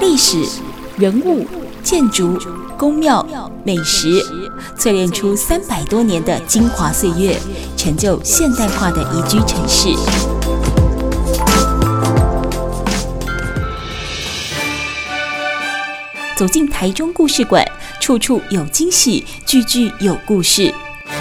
历史、人物、建筑、宫庙、美食，淬炼出300多年的精华岁月，成就现代化的宜居城市。走进台中故事馆，处处有惊喜，句句有故事。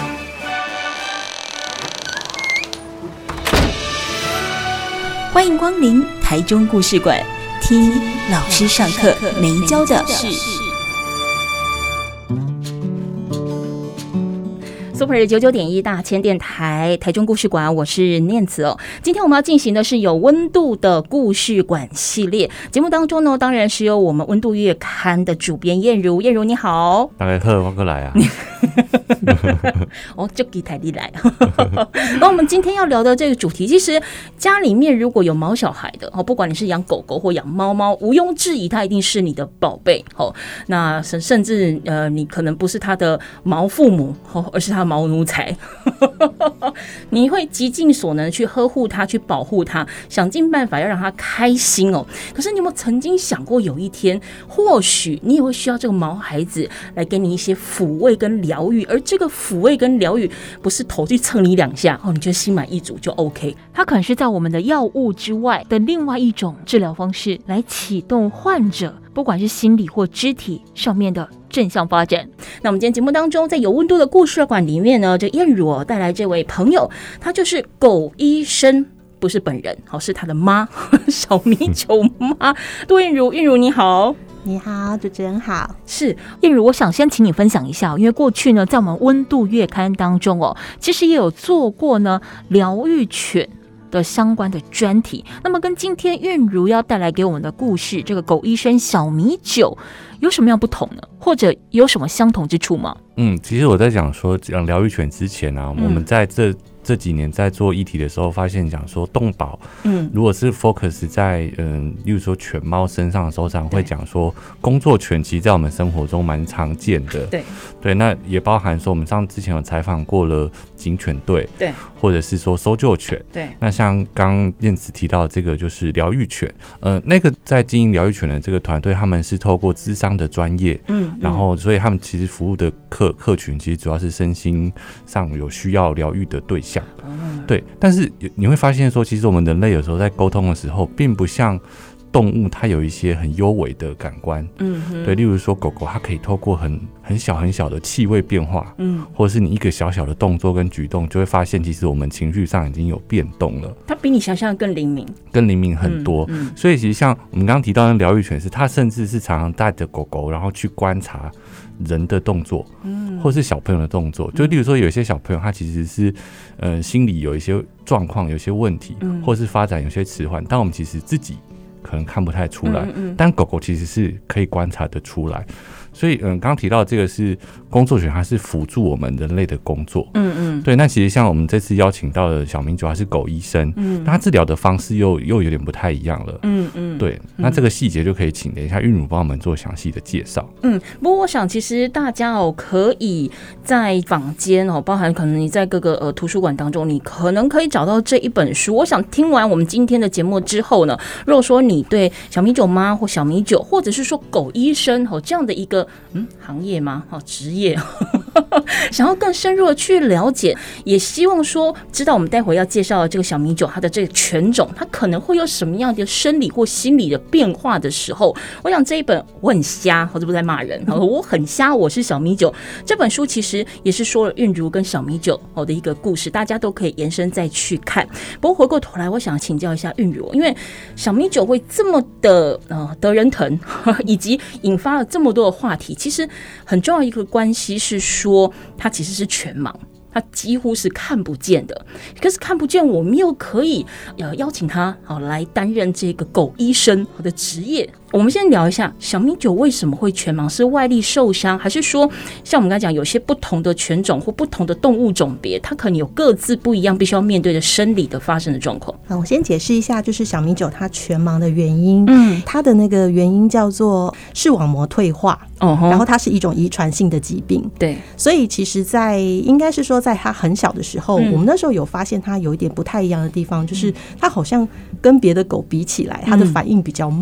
欢迎光临台中故事馆，听老师上课没教的事。Super 99.1大千电台台中故事馆，我是念慈哦。今天我们要进行的是有温度的故事馆系列节目当中呢，当然是由我们温度月刊的主编燕如。燕如你好。 大家好，我过来啊。 哦，就给台里来。那我们今天要聊的这个主题，其实家里面如果有毛小孩的，不管你是养狗狗或养猫猫，毋庸置疑，它一定是你的宝贝。那甚至你可能不是它的毛父母，而是它的毛奴才。你会极尽所能去呵护它，去保护它，想尽办法要让它开心哦。可是你有没有曾经想过，有一天或许你也会需要这个毛孩子来给你一些抚慰跟疗愈，而这个抚慰跟疗愈不是头去蹭你2下你就心满意足就 OK， 它可能是在我们的药物之外的另外一种治疗方式，来启动患者不管是心理或肢体上面的正向发展。那我们今天节目当中，在有温度的故事馆里面呢，这燕如带来这位朋友，他就是狗医生，不是本人，是他的妈，小米酒妈杜燕如。燕如你好。 你好，主持人好。 是燕如，我想先请你分享一下，因为过去呢，在我们温度月刊当中其实也有做过呢疗愈犬的相关的专题。那么跟今天燕如要带来给我们的故事，这个狗医生小米酒有什么样不同呢？或者有什么相同之处吗？ 其实我在讲疗愈犬之前啊，我们在这几年在做议题的时候，发现讲说动保，如果是 focus 在例如说犬猫身上的时候，常会讲说工作犬其实在我们生活中蛮常见的，对，那也包含说我们之前有采访过了警犬队，对，或者是说搜救犬，对，那像刚燕慈提到的这个就是疗愈犬，那个在经营疗愈犬的这个团队，他们是透过諮商的专业，然后所以他们其实服务的客群其实主要是身心上有需要疗愈的对象。对，但是你会发现说，其实我们人类有时候在沟通的时候，并不像动物，它有一些很幽微的感官。对，例如说狗狗，它可以透过很小很小的气味变化，或者是你一个小小的动作跟举动，就会发现其实我们情绪上已经有变动了。 它比你想象的更灵敏很多。所以其实像我们刚刚提到的疗愈犬是，它甚至是常常带着狗狗，然后去观察人的动作，或是小朋友的动作。就例如说，有一些小朋友他其实是心理有一些状况，有一些问题，或是发展有些迟缓，但我们其实自己可能看不太出来，但狗狗其实是可以观察得出来。所以刚刚提到这个是工作犬，它是辅助我们人类的工作。对，那其实像我们这次邀请到的小米酒，他是狗医生，那他治疗的方式又有点不太一样了。对，那这个细节就可以请等一下韵如帮我们做详细的介绍。 不过我想其实大家可以在坊间包含可能你在各个图书馆当中，你可能可以找到这一本书。我想听完我们今天的节目之后呢，如果说你对小米酒妈或小米酒，或者是说狗医生这样的一个行业吗？职业想要更深入的去了解，也希望说知道我们待会要介绍的这个小米酒它的这个犬种，它可能会有什么样的生理或心理的变化的时候，我想这一本我很瞎，我这不在骂人，我很瞎，我是小米酒这本书其实也是说了韵如跟小米酒的一个故事，大家都可以延伸再去看。不过回过头来，我想请教一下韵如，因为小米酒会这么的得人疼，以及引发了这么多的话题，其实很重要一个关系是说，它其实是全盲，它几乎是看不见的。可是看不见，我们又可以邀请他来担任这个狗医生的职业。我们先聊一下小米酒为什么会全盲，是外力受伤，还是说像我们刚才讲有些不同的犬种或不同的动物种别，它可能有各自不一样必须要面对的生理的发生的状况？ 我先解释一下，就是小米酒它全盲的原因，它的那个原因叫做视网膜退化，然后它是一种遗传性的疾病。对，所以其实应该是说在它很小的时候，我们那时候有发现它有一点不太一样的地方，就是它好像跟别的狗比起来，它的反应比较慢。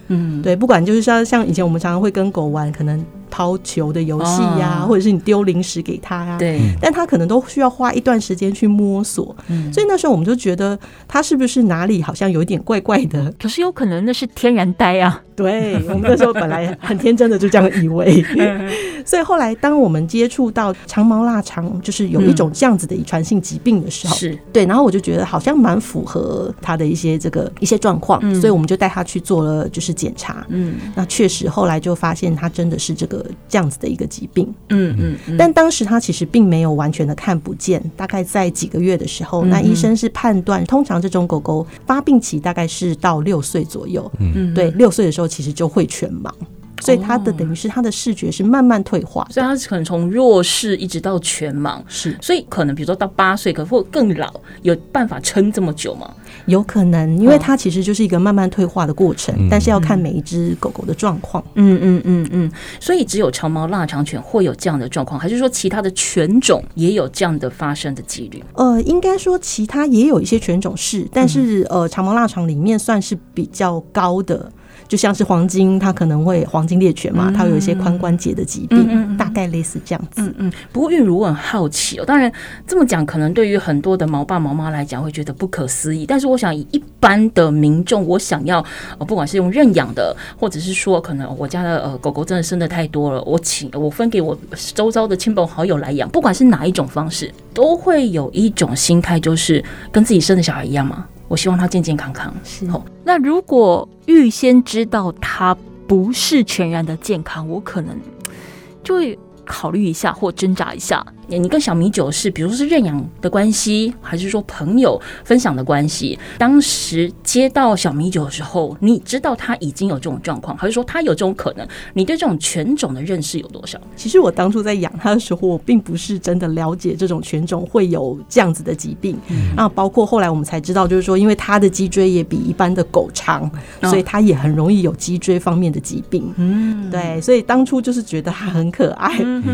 对，不管就是像以前我们常常会跟狗玩，可能抛球的游戏呀，或者是你丢零食给他呀， 对， 但他可能都需要花一段时间去摸索，所以那时候我们就觉得他是不是哪里好像有一点怪怪的， 可是有可能那是天然呆啊。 对，我们那时候本来很天真的就这样以为所以后来当我们接触到长毛腊肠就是有一种这样子的遗传性疾病的时候，是对，然后我就觉得好像蛮符合他的一些状况，所以我们就带他去做了就是检查，那确实后来就发现他真的是这样子的一个疾病，但当时他其实并没有完全的看不见，大概在几个月的时候，那医生是判断通常这种狗狗发病期大概是到6岁左右，对，6岁的时候其实就会全盲，所以他的等于是他的视觉是慢慢退化， 所以他可能从弱视一直到全盲， 是， 所以可能比如说到8岁，可或更老，有办法撑这么久吗？ 有可能，因为它其实就是一个慢慢退化的过程，但是要看每一只狗狗的状况。 所以只有长毛腊肠犬会有这样的状况，还是说其他的犬种也有这样的发生的几率？ 应该说其他也有一些犬种是，但是长毛腊肠里面算是比较高的。就像是黄金，它可能会黄金猎犬嘛，它有一些髋关节的疾病，大概类似这样子。 不过韵如我很好奇当然这么讲可能对于很多的毛爸毛妈来讲会觉得不可思议，但是我想以一般的民众，我想要不管是用认养的，或者是说可能我家的狗狗真的生的太多了，我分给我周遭的亲朋好友来养，不管是哪一种方式，都会有一种心态，就是跟自己生的小孩一样嘛。我希望他健健康康。 是， 那如果预先知道他不是全然的健康，我可能就会考虑一下或挣扎一下。你跟小米酒是比如说是认养的关系，还是说朋友分享的关系？当时接到小米酒的时候，你知道他已经有这种状况，还是说他有这种可能？你对这种犬种的认识有多少？ 其实我当初在养它的时候，我并不是真的了解这种犬种会有这样子的疾病。那包括后来我们才知道，就是说因为它的脊椎也比一般的狗长，所以它也很容易有脊椎方面的疾病。对，所以当初就是觉得它很可爱，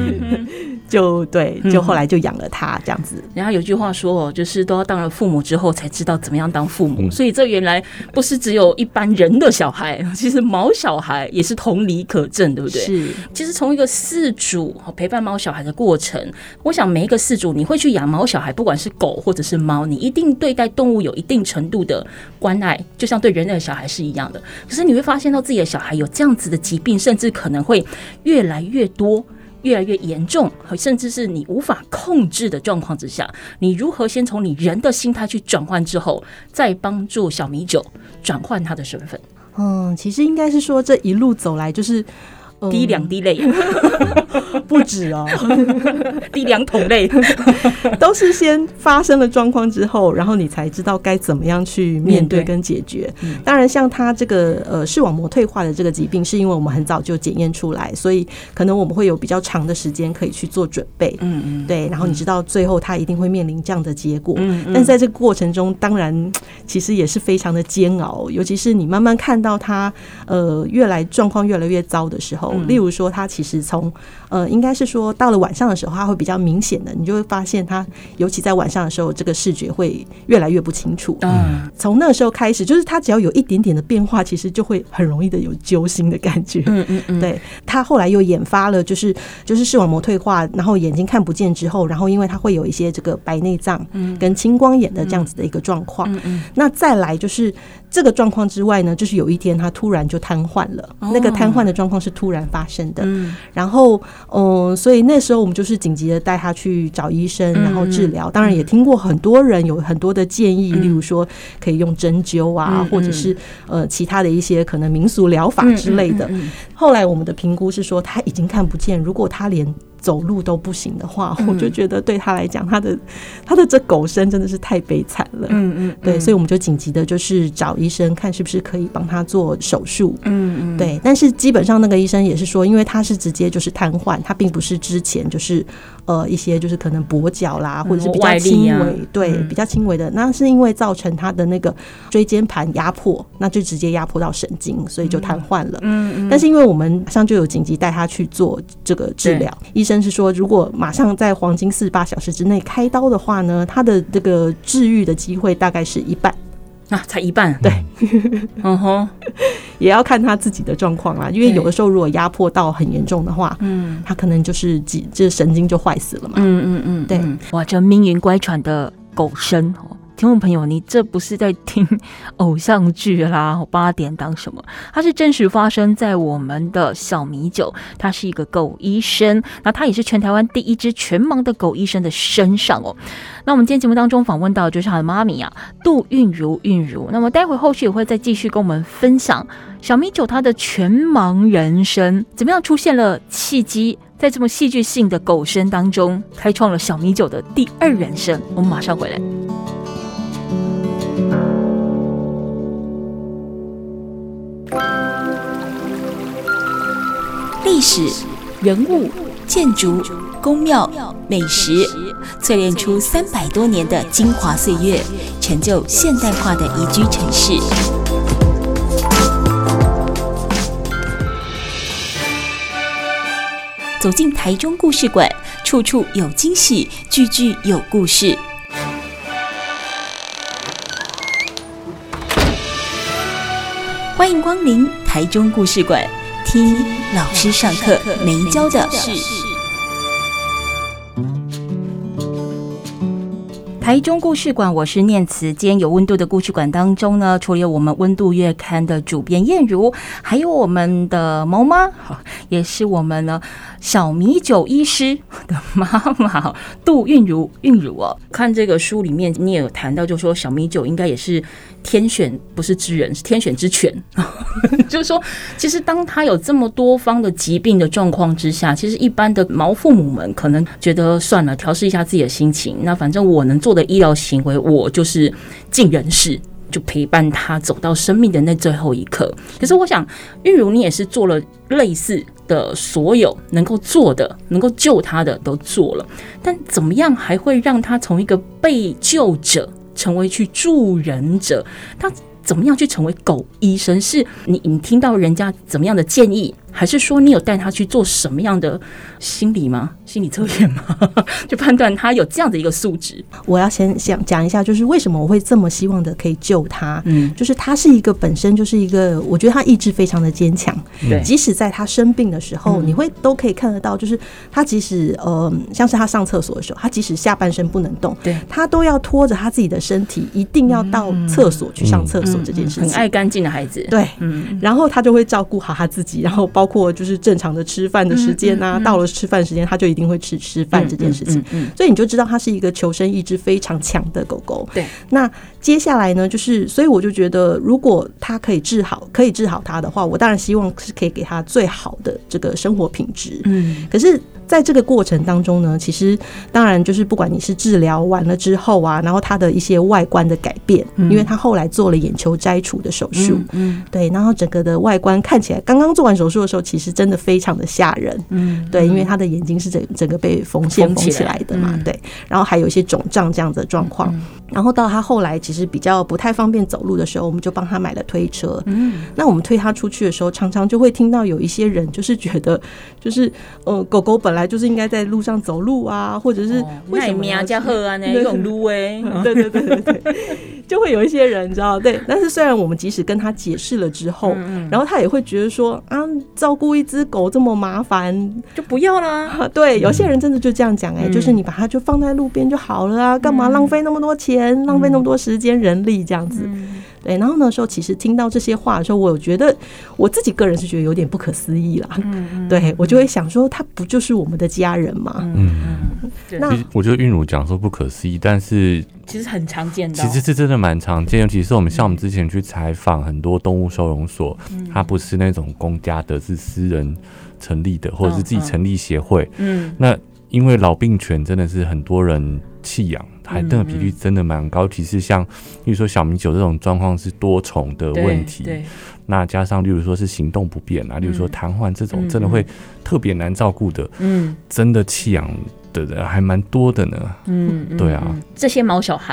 就后来就养了它这样子。 人家有句话说就是都要当了父母之后才知道怎么样当父母，所以这原来不是只有一般人的小孩，其实毛小孩也是同理可证，对不对？ 是。 其实从一个饲主陪伴毛小孩的过程，我想每一个饲主你会去养毛小孩，不管是狗或者是猫，你一定对待动物有一定程度的关爱，就像对人类的小孩是一样的。可是你会发现到自己的小孩有这样子的疾病，甚至可能会越来越多，越来越严重，甚至是你无法控制的状况之下，你如何先从你人的心态去转换之后，再帮助小米酒转换他的身份？ 其实应该是说这一路走来就是滴两滴泪不止哦滴两桶泪都是先发生了状况之后，然后你才知道该怎么样去面对跟解决。当然像他这个视网膜退化的这个疾病，是因为我们很早就检验出来，所以可能我们会有比较长的时间可以去做准备。对，然后你知道最后他一定会面临这样的结果。但是在这个过程中，当然其实也是非常的煎熬，尤其是你慢慢看到他状况越来越糟的时候，例如说他其实从应该是说到了晚上的时候，他会比较明显的，你就会发现他尤其在晚上的时候，这个视觉会越来越不清楚。从那个时候开始，就是他只要有一点点的变化，其实就会很容易的有揪心的感觉。对，他后来又研发了就是视网膜退化，然后眼睛看不见之后，然后因为他会有一些这个白内障跟青光眼的这样子的一个状况。那再来就是这个状况之外呢，就是有一天他突然就瘫痪了，那个瘫痪的状况是突然发生的。然后所以那时候我们就是紧急的带他去找医生，然后治疗。当然也听过很多人有很多的建议，例如说可以用针灸啊，或者是其他的一些可能民俗疗法之类的。后来我们的评估是说他已经看不见，如果他连走路都不行的话，我就觉得对他来讲，他的这狗生真的是太悲惨了。对，所以我们就紧急的就是找医生看是不是可以帮他做手术。对，但是基本上那个医生也是说，因为他是直接就是瘫痪，他并不是之前就是一些就是可能跛脚啦，或者是比较轻微，对，比较轻微的，那是因为造成他的那个椎间盘压迫，那就直接压迫到神经，所以就瘫痪了。但是因为我们马上就有紧急带他去做这个治疗，医生是说如果马上在黄金48小时之内开刀的话呢，他的这个治愈的机会大概是一半。 啊，才一半， 对，也要看他自己的状况啦，因为有的时候如果压迫到很严重的话，他可能就是这神经就坏死了嘛。对， 哇，这命运乖舛的狗声听众朋友，你这不是在听偶像剧啦，8点档什么？它是真实发生在我们的小米酒，他是一个狗医生，那他也是全台湾第一只全盲的狗医生的身上哦。那我们今天节目当中访问到就是他的妈咪啊，杜韵如。那么待会后续也会再继续跟我们分享小米酒他的全盲人生怎么样出现了契机，在这么戏剧性的狗声当中，开创了小米酒的第2人生。我们马上回来。 历史、人物、建筑、宫庙、美食，淬炼出300多年的精华岁月，成就现代化的宜居城市。走进台中故事馆，处处有惊喜，句句有故事。欢迎光临台中故事馆，听老师上课没教的事。 台中故事馆，我是念慈。今天有温度的故事馆当中呢，除了有我们温度月刊的主编燕如，还有我们的猫妈，也是我们呢小米酒医师的妈妈杜韵如哦。看这个书里面，你也有谈到，就说小米酒应该也是天选，不是之人，是天选之犬。就是说，其实当他有这么多方的疾病的状况之下，其实一般的毛父母们可能觉得算了，调试一下自己的心情，那反正我能做的医疗行为，我就是尽人事，就陪伴他走到生命的那最后一刻。可是我想，韵如你也是做了类似的所有能够做的，能够救他的都做了，但怎么样还会让他从一个被救者成为去助人者？他怎么样去成为狗医生？是你听到人家怎么样的建议，还是说你有带他去做什么样的心理测验吗？就判断他有这样的一个素质。 我要先想讲一下，就是为什么我会这么希望的可以救他。就是他是一个本身就是一个，我觉得他意志非常的坚强。即使在他生病的时候，你都可以看得到，就是他即使像是他上厕所的时候，他即使下半身不能动，他都要拖着他自己的身体，一定要到厕所去上厕所这件事情。 很爱干净的孩子。 对，然后他就会照顾好他自己，然后包括就是正常的吃饭的时间啊，到了吃饭时间，他就一定会吃饭这件事情。所以你就知道他是一个求生意志非常强的狗狗。 对， 那接下来呢，就是所以我就觉得，如果他可以治好他的话，我当然希望是可以给他最好的这个生活品质。可是在这个过程当中呢，其实当然就是不管你是治疗完了之后啊，然后他的一些外观的改变，因为他后来做了眼球摘除的手术，对，然后整个的外观看起来，刚刚做完手术的时候，其实真的非常的吓人。对，因为他的眼睛是整个被缝起来的嘛，对，然后还有一些肿胀这样子的状况。然后到他后来其实比较不太方便走路的时候，我们就帮他买了推车。那我们推他出去的时候，常常就会听到有一些人就是觉得，就是狗狗本来就是应该在路上走路啊，或者是为什么要加喝啊呢？用路哎，对，就会有一些人你知道，对。但是虽然我们即使跟他解释了之后，然后他也会觉得说啊，照顾一只狗这么麻烦， 就不要啦。 对，有些人真的就这样讲就是你把它就放在路边就好了啊，干嘛浪费那么多钱？浪费那么多时间人力这样子。对，然后那时候其实听到这些话的时候，我觉得我自己个人是觉得有点不可思议啦。对，我就会想说，他不就是我们的家人吗？ 那其实我觉得韵如讲说不可思议，但是其实很常见的， 其实是真的蛮常见。尤其是我们之前去采访很多动物收容所，它不是那种公家的，是私人成立的，或者是自己成立协会。那因为老病犬真的是很多人弃养，还那个比率真的蛮高，其实像例如说小米酒这种状况是多重的问题，那加上例如说是行动不便啊，例如说瘫痪这种真的会特别难照顾的，真的弃养的人还蛮多的呢。对啊， 这些毛小孩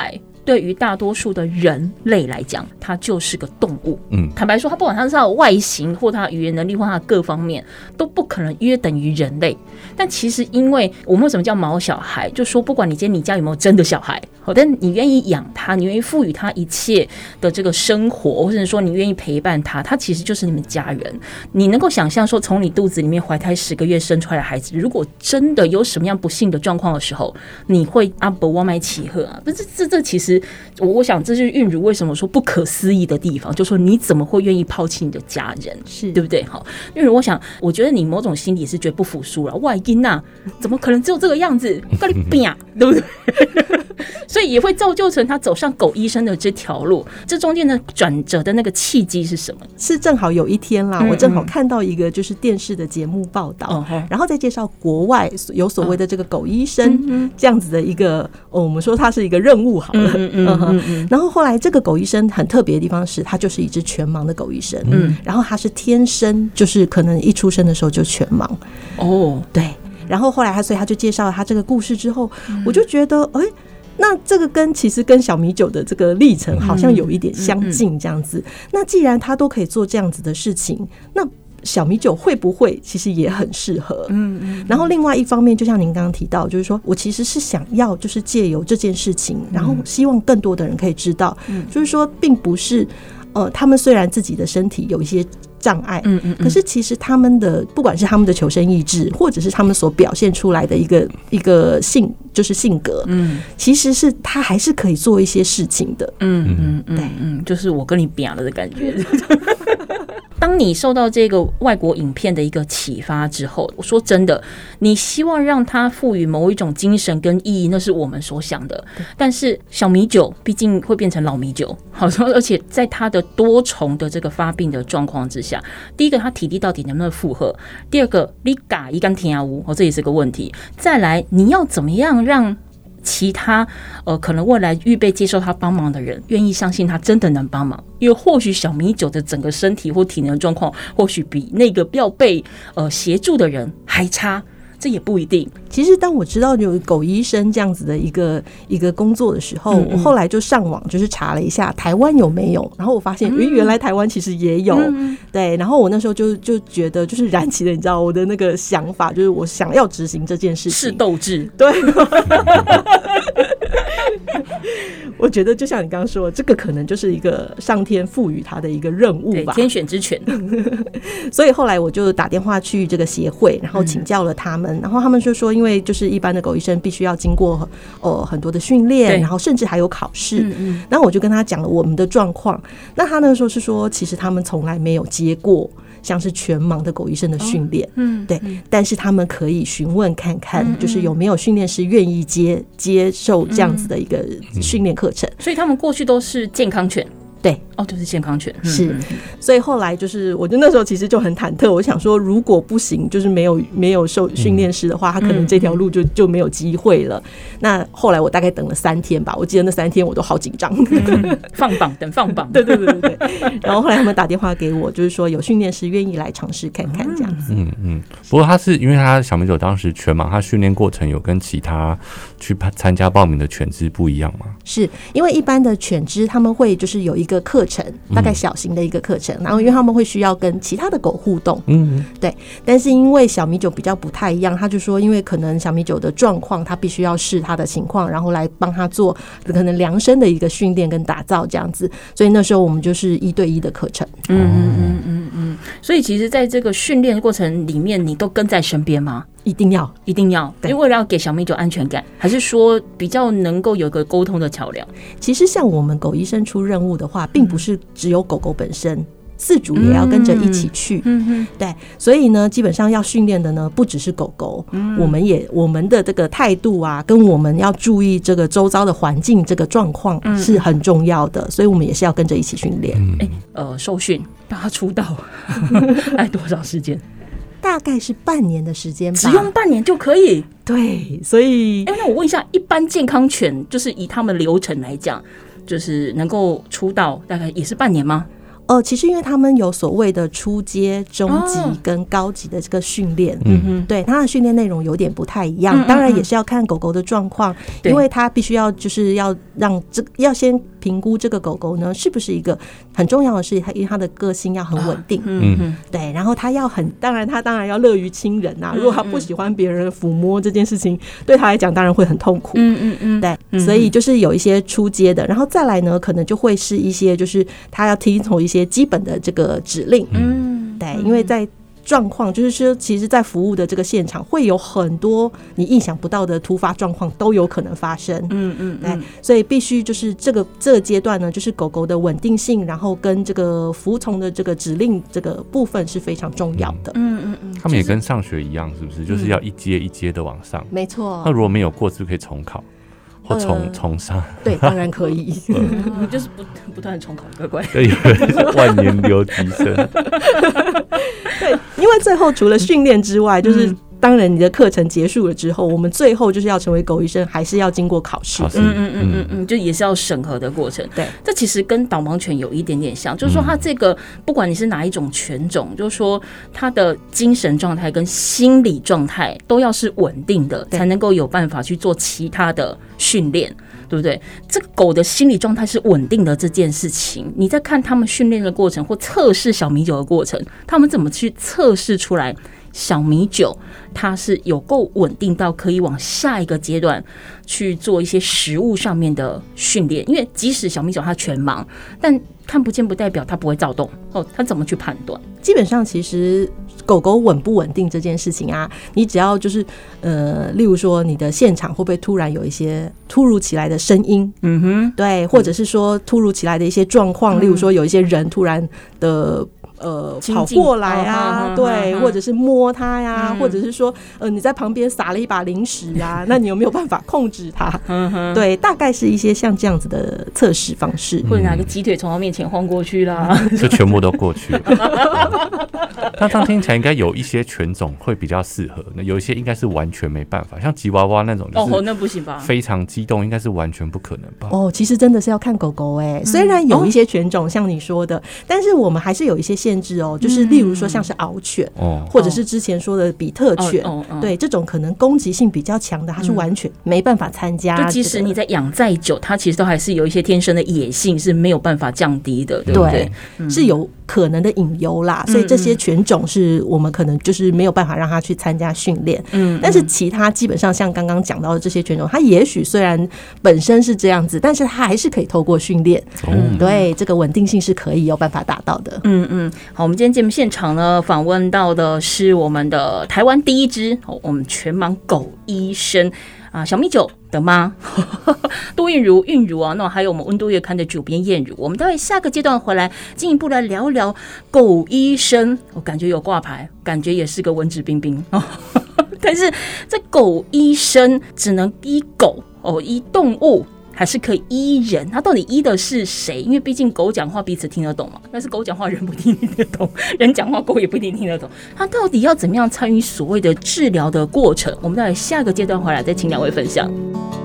对于大多数的人类来讲，它就是个动物。坦白说，它不管它是它的外形或它的语言能力或它的各方面，都不可能约等于人类。但其实因为我们为什么叫毛小孩，就说不管你今天你家有没有真的小孩，但你愿意养他，你愿意赋予他一切的这个生活，或者说你愿意陪伴他，他其实就是你们家人。你能够想象说，从你肚子里面怀胎10个月生出来的孩子，如果真的有什么样不幸的状况的时候，你会阿伯我买起喝啊？不是，这其实我想这就是韵如为什么说不可思议的地方，就说你怎么会愿意抛弃你的家人，是对不对？好，韵如，我觉得你某种心理是觉得不服输了，外因啊，怎么可能只有这个样子？跟你拼啊，对不对？所以也会造就成他走上狗医生的这条路。这中间的转折的那个契机是什么？ 是正好有一天啦，我正好看到一个就是电视的节目报道，然后再介绍国外有所谓的这个狗医生这样子的一个，我们说他是一个任务好了。然后后来这个狗医生很特别的地方是，他就是一只全盲的狗医生，然后他是天生就是可能一出生的时候就全盲。对。然后后来所以他就介绍了他这个故事之后，我就觉得那这个其实跟小米酒的这个历程好像有一点相近这样子。那既然他都可以做这样子的事情，那小米酒会不会其实也很适合？然后另外一方面，就像您刚刚提到，就是说我其实是想要就是借由这件事情，然后希望更多的人可以知道，就是说并不是他们虽然自己的身体有一些障碍，可是其实他们的不管是他们的求生意志，或者是他们所表现出来的一个就是性格，其实是他还是可以做一些事情的。 对，就是我跟你比了的感觉。当你受到这个外国影片的一个启发之后，我说真的，你希望让它赋予某一种精神跟意义，那是我们所想的。但是小米酒毕竟会变成老米酒，好，而且在它的多重的这个发病的状况之下，第一个它体力到底能不能负荷，第二个你嘎一干天涯无，这也是个问题。再来，你要怎么样让其他可能未来预备接受他帮忙的人愿意相信他真的能帮忙，因为或许小米酒的整个身体或体能状况或许比那个要被协助的人还差，这也不一定。 其实当我知道有狗医生这样子的一个工作的时候，我后来就上网就是查了一下台湾有没有，然后我发现原来台湾其实也有。对，然后我那时候就觉得就是燃起了你知道我的那个想法，就是我想要执行这件事情， 是斗志。 对。我觉得就像你刚刚说，这个可能就是一个上天赋予他的一个任务吧， 天选之权。 所以后来我就打电话去这个协会，然后请教了他们，然后他们就说，因为就是一般的狗医生必须要经过很多的训练，然后甚至还有考试。然后我就跟他讲了我们的状况，那他那个时候是说，其实他们从来没有接过像是全盲的狗医生的训练，对，但是他们可以询问看看，就是有没有训练师愿意接受这样子的一个训练课程。 所以他们过去都是健康犬。 对， 就是健康犬。 是，所以后来就是我就那时候其实就很忐忑，我想说如果不行，就是没有受训练师的话，他可能这条路就没有机会了。那后来我大概等了3天吧，我记得那3天我都好紧张。 放榜等放榜。 对。然后后来他们打电话给我，就是说有训练师愿意来尝试看看这样子。 不过他是因为他小米酒当时全盲，他训练过程有跟其他去参加报名的犬只不一样吗？ 是因为一般的犬只他们会就是有一个课程，大概小型的一个课程，然后因为他们会需要跟其他的狗互动，对。但是因为小米酒比较不太一样，他就说因为可能小米酒的状况，他必须要视他的情况，然后来帮他做可能量身的一个训练跟打造这样子，所以那时候我们就是1对1的课程。 所以其实在这个训练过程里面，你都跟在身边吗？ 一定要， 因为为了要给小米酒安全感，还是说比较能够有个沟通的桥梁？ 其实像我们狗医生出任务的话，并不是只有狗狗本身，饲主也要跟着一起去。对，所以呢，基本上要训练的呢，不只是狗狗，我们的这个态度啊，跟我们要注意这个周遭的环境这个状况是很重要的，所以我们也是要跟着一起训练。 受训让他出道，还多少时间？ 大概是半年的时间吧， 只用半年就可以。 对，所以那我问一下，一般健康犬就是以他们流程来讲，就是能够出道大概也是半年吗？ 其实因为他们有所谓的初阶、中级跟高级的这个训练，对，他的训练内容有点不太一样，当然也是要看狗狗的状况，因为他必须要就是要让要先评估这个狗狗呢是不是一个很重要的是，因为他的个性要很稳定，对，然后他要当然要乐于亲人啊，如果他不喜欢别人抚摸这件事情，对他来讲当然会很痛苦，对，所以就是有一些初阶的，然后再来呢，可能就会是一些就是他要听从一些基本的这个指令，对，因为在状况就是说，其实在服务的这个现场会有很多你意想不到的突发状况都有可能发生，对，所以必须就是这个阶段呢，就是狗狗的稳定性，然后跟这个服从的这个指令这个部分是非常重要的。 他们也跟上学一样，是不是？就是要一阶一阶的往上。 没错。 那如果没有过，是不是可以重考？或重上？ 对，当然可以。 就是不断的重考，乖乖。 对，万年留级生。 对，因为最后除了训练之外，就是当然你的课程结束了之后，我们最后就是要成为狗医生，还是要经过考试。 就也是要审核的过程。 对， 这其实跟导盲犬有一点点像，就是说它这个不管你是哪一种犬种，就是说它的精神状态跟心理状态都要是稳定的，才能够有办法去做其他的训练。对不对？这个狗的心理状态是稳定的这件事情，你在看他们训练的过程或测试小米酒的过程，他们怎么去测试出来小米酒它是有够稳定到可以往下一个阶段去做一些食物上面的训练？因为即使小米酒它全盲，但看不见不代表它不会躁动哦，它怎么去判断？ 基本上其实狗狗稳不稳定这件事情啊，你只要就是例如说你的现场会不会突然有一些突如其来的声音，对，或者是说突如其来的一些状况，例如说有一些人突然的跑过来啊，对，或者是摸它呀，或者是说你在旁边撒了一把零食啊，那你有没有办法控制它？对，大概是一些像这样子的测试方式， 或者拿个鸡腿从它面前晃过去啦， 就全部都过去了。那这样听起来应该有一些犬种会比较适合，那有一些应该是完全没办法，像吉娃娃那种就是那不行吧？ 非常激动，应该是完全不可能吧？ 其实真的是要看狗狗虽然有一些犬种像你说的，但是我们还是有一些限制就是例如说像是獒犬，或者是之前说的比特犬，对，这种可能攻击性比较强的，它是完全没办法参加。 就即使你在养再久，它其实都还是有一些天生的野性是没有办法降低的，对不对？ 是有可能的隐忧啦，所以这些犬种是我们可能就是没有办法让它去参加训练。但是其他基本上像刚刚讲到的这些犬种，它也许虽然本身是这样子，但是它还是可以透过训练，对，这个稳定性是可以有办法达到的。 好，我们今天节目现场呢，访问到的是我们的台湾第一只我们全盲狗医生小米酒的妈杜韵如啊，那还有我们温度月刊的主编燕如，我们待会下个阶段回来进一步来聊一聊狗医生。我感觉有挂牌，感觉也是个文质彬彬但是这狗医生只能医狗医动物，还是可以医人？他到底医的是谁？因为毕竟狗讲话彼此听得懂嘛，但是狗讲话人不一定听得懂，人讲话狗也不一定听得懂。他到底要怎么样参与所谓的治疗的过程？我们待会下个阶段回来再请两位分享。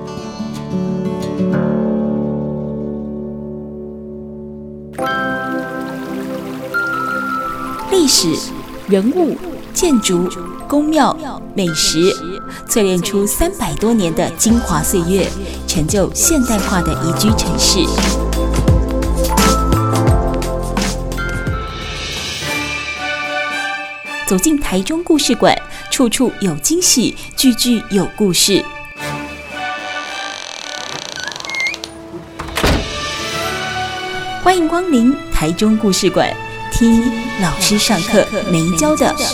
历史、人物、建筑、宫庙、美食，淬炼出300多年的精华岁月，成就现代化的宜居城市。走进台中故事馆，处处有惊喜，句句有故事。欢迎光临台中故事馆，听老师上课没教的事。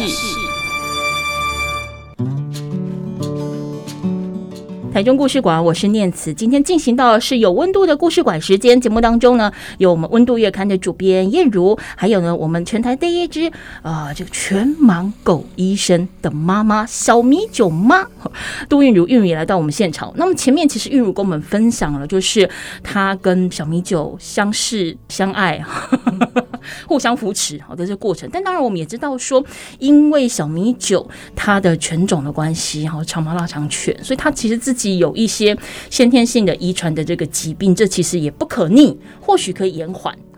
台中故事馆，我是念慈。今天进行到的是有温度的故事馆时间。节目当中呢，有我们温度月刊的主编燕如，还有呢我们全台第一只这个全盲狗医生的妈妈小米酒妈杜韵如也来到我们现场。那么前面其实韵如跟我们分享了，就是她跟小米酒相识相爱互相扶持的这个过程。但当然我们也知道说，因为小米酒它的犬种的关系，长毛腊肠犬，所以它其实自己有一些先天性的遗传的这个疾病，这其实也不可逆，或许可以延缓，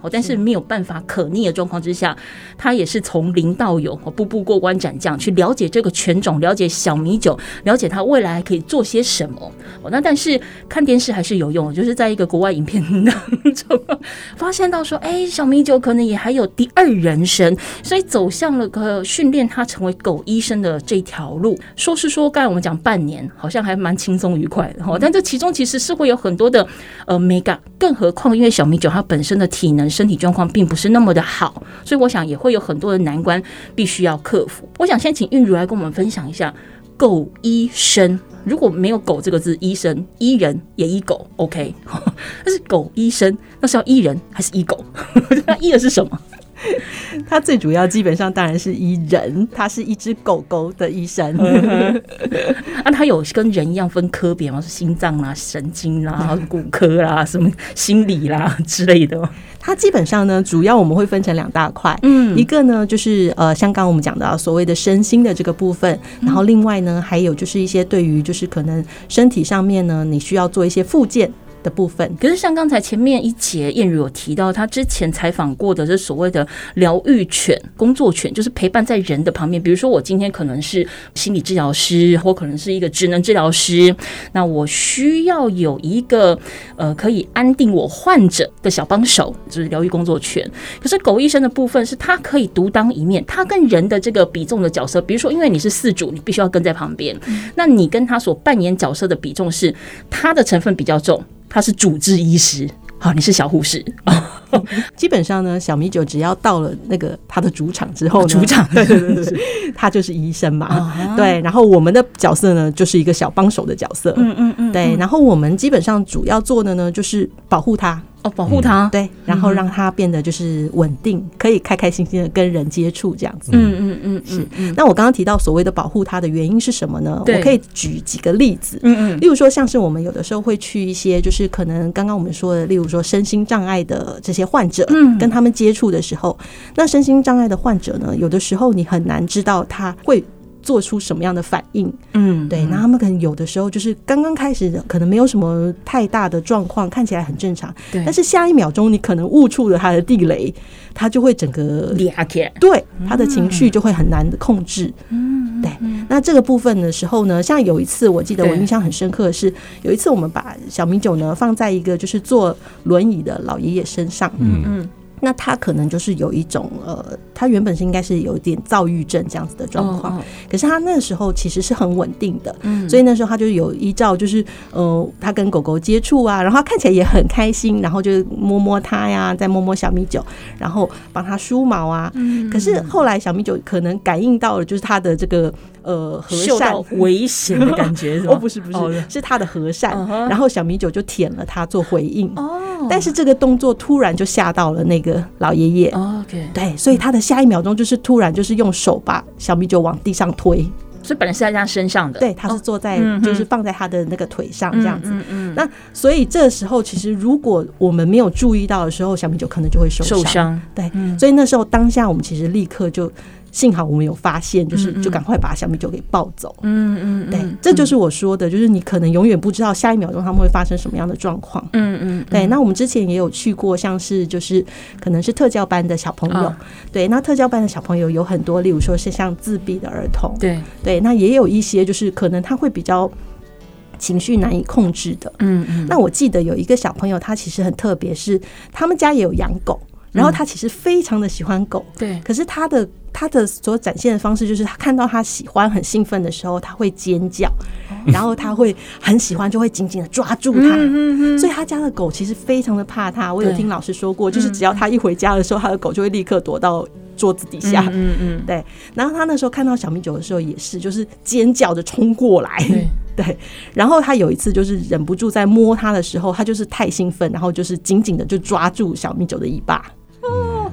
但是没有办法可逆的状况之下，他也是从零到有，步步过关斩将，去了解这个犬种，了解小米酒，了解它未来可以做些什么。那但是看电视还是有用，就是在一个国外影片当中发现到说，小米酒可能也还有第二人生，所以走向了个训练他成为狗医生的这条路。说是说刚才我们讲半年好像还蛮轻松愉快的，但这其中其实是会有很多的mega， 更何况因为小米酒它本身的体能身体状况并不是那么的好，所以我想也会有很多的难关必须要克服。我想先请韵如来跟我们分享一下狗医生，如果没有狗这个字，医生医人也医狗 OK， 但是狗医生那是要医人还是医狗？那医的是什么？ 他最主要基本上当然是医人，他是一只狗狗的医生。 那他有跟人一样分科别吗？是心脏啦、神经啦、骨科啦、什么心理啦之类的？ 它基本上呢，主要我们会分成2大块，一个呢就是像刚刚我们讲到所谓的身心的这个部分，然后另外呢还有就是一些对于就是可能身体上面呢，你需要做一些复健的部分。 可是像刚才前面一节燕如有提到，他之前采访过的这所谓的疗愈犬、工作犬，就是陪伴在人的旁边。比如说我今天可能是心理治疗师，或可能是一个职能治疗师，那我需要有一个可以安定我患者的小帮手，就是疗愈工作犬。可是狗医生的部分是他可以独当一面，他跟人的这个比重的角色，比如说因为你是饲主，你必须要跟在旁边，那你跟他所扮演角色的比重是他的成分比较重，他是主治医师，好，你是小护士。 基本上呢，小米酒只要到了那个他的主场之后呢， 主场对，他就是医生嘛，对。然后我们的角色呢，就是一个小帮手的角色，对。然后我们基本上主要做的呢，就是保护他。 保护他， 对，然后让他变得就是稳定，可以开开心心的跟人接触这样子。是。那我刚刚提到所谓的保护他的原因是什么呢？我可以举几个例子。例如说，像是我们有的时候会去一些就是可能刚刚我们说的，例如说身心障碍的这些患者，跟他们接触的时候，那身心障碍的患者呢，有的时候你很难知道他会做出什么样的反应，对，那他们可能有的时候就是刚刚开始的，可能没有什么太大的状况，看起来很正常，但是下一秒钟你可能误触了他的地雷，他就会整个对，他的情绪就会很难的控制，对。那这个部分的时候呢，像有一次我记得我印象很深刻的是，有一次我们把小米酒呢放在一个就是坐轮椅的老爷爷身上，那他可能就是有一种他原本是应该是有一点躁郁症这样子的状况，可是他那时候其实是很稳定的，所以那时候他就有依照就是他跟狗狗接触啊，然后他看起来也很开心，然后就摸摸它呀，再摸摸小米酒，然后帮他梳毛啊，可是后来小米酒可能感应到了就是他的这个和善危险的感觉是吧？ 不是，是他的和善，然后小米酒就舔了他做回应，但是这个动作突然就吓到了那个老爷爷，对，所以他的下一秒钟就是突然就是用手把小米酒往地上推， 所以本来是在他身上的， 对，他是坐在就是放在他的那个腿上这样子，那所以这时候其实如果我们没有注意到的时候，小米酒可能就会受伤，对，所以那时候当下我们其实立刻就幸好我们有发现，就赶快把小米酒给抱走。对，这就是我说的，就是你可能永远不知道下一秒钟他们会发生什么样的状况。对，那我们之前也有去过，像是就是可能是特教班的小朋友，对，那特教班的小朋友有很多，例如说是像自闭的儿童，对，那也有一些就是可能他会比较情绪难以控制的。那我记得有一个小朋友，他其实很特别，是他们家也有养狗。然后他其实非常的喜欢狗，对。可是他的所展现的方式，就是他看到他喜欢、很兴奋的时候，他会尖叫，然后他会很喜欢，就会紧紧的抓住他。所以他家的狗其实非常的怕他。我有听老师说过，就是只要他一回家的时候，他的狗就会立刻躲到桌子底下。对。然后他那时候看到小米酒的时候，也是就是尖叫着冲过来。对，然后他有一次就是忍不住在摸他的时候，他就是太兴奋，然后就是紧紧的就抓住小米酒的尾巴。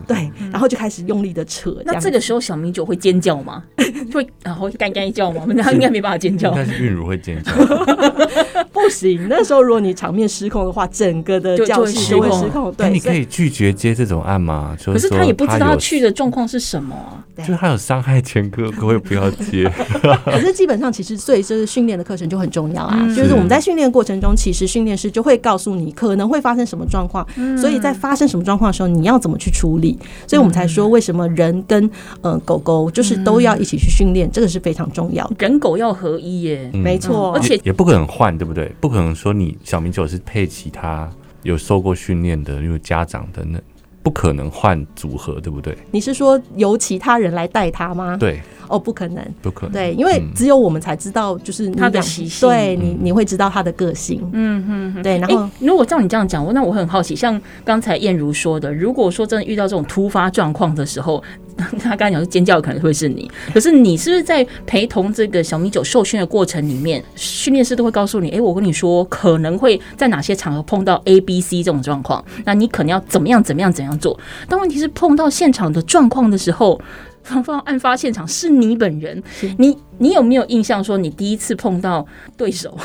对，然后就开始用力的扯。 那这个时候小米酒会尖叫吗？会会干干叫吗？他应该没办法尖叫。 应该是韵如会尖叫。 不行，那时候如果你场面失控的话，整个的教室就会失控。对， 你可以拒绝接这种案吗？ 可是他也不知道他去的状况是什么啊。 就是他有伤害前科，可不可以不要接？ 可是基本上其实所以就是训练的课程就很重要啊，就是我们在训练过程中，其实训练师就会告诉你可能会发生什么状况，所以在发生什么状况的时候，你要怎么去处理。所以我们才说为什么人跟狗狗就是都要一起去训练，这个是非常重要的。 人狗要合一耶， 没错， 而且也不可能换，对不对？不可能说你小米酒是配其他有受过训练的，因为家长的那。不可能换组合，对不对？ 你是说由其他人来带他吗？ 对， 不可能， 不可能。 对，因为只有我们才知道，就是他的习性， 对你会知道他的个性。对。然后， 如果照你这样讲，那我很好奇，像刚才燕如说的，如果说真的遇到这种突发状况的时候，他刚才讲说尖叫可能会是你，可是你是不是在陪同这个小米酒受训的过程里面，训练师都会告诉你，我跟你说可能会在哪些场合碰到 A、B、C 这种状况，那你可能要怎么样做。但问题是碰到现场的状况的时候，案发现场是你本人，你有没有印象说你第一次碰到对手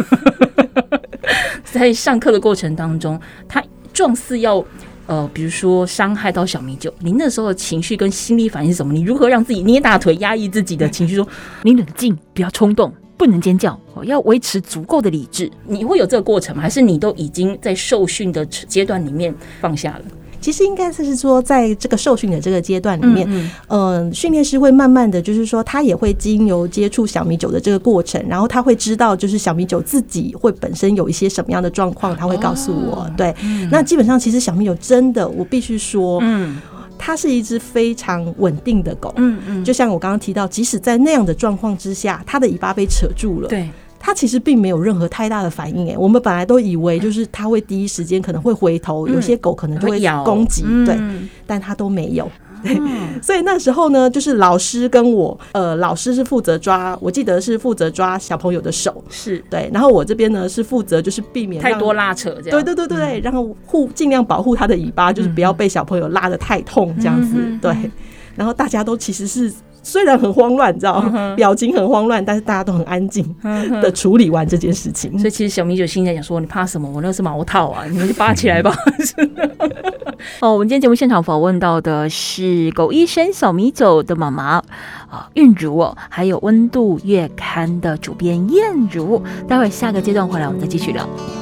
在上课的过程当中，他状似要比如说伤害到小米酒，你那时候的情绪跟心理反应是什么？你如何让自己捏大腿压抑自己的情绪，说你冷静，不要冲动，不能尖叫，要维持足够的理智？你会有这个过程吗？还是你都已经在受训的阶段里面放下了？ 其实应该是说，在这个受训的这个阶段里面，训练师会慢慢的，就是说，他也会经由接触小米酒的这个过程，然后他会知道，就是小米酒自己会本身有一些什么样的状况，他会告诉我。对，那基本上其实小米酒真的，我必须说，它是一只非常稳定的狗。就像我刚刚提到，即使在那样的状况之下，它的尾巴被扯住了。对。他其实并没有任何太大的反应，我们本来都以为就是他会第一时间可能会回头，有些狗可能就会攻击，对，但他都没有。所以那时候呢，就是老师跟我，老师是负责抓，我记得是负责抓小朋友的手，是对，然后我这边呢是负责就是避免太多拉扯，这样， 对，然后尽量保护他的尾巴，就是不要被小朋友拉得太痛这样子，对，然后大家都其实是。虽然很慌乱，你知道表情很慌乱，但是大家都很安静的处理完这件事情。 所以其实小米酒心里在讲说：“你怕什么？我那是毛套啊，你们就扒起来吧。”我们今天节目现场访问到的是狗医生小米酒的妈妈韵如还有温度月刊的主编燕如。待会下个阶段回来，我们再继续聊。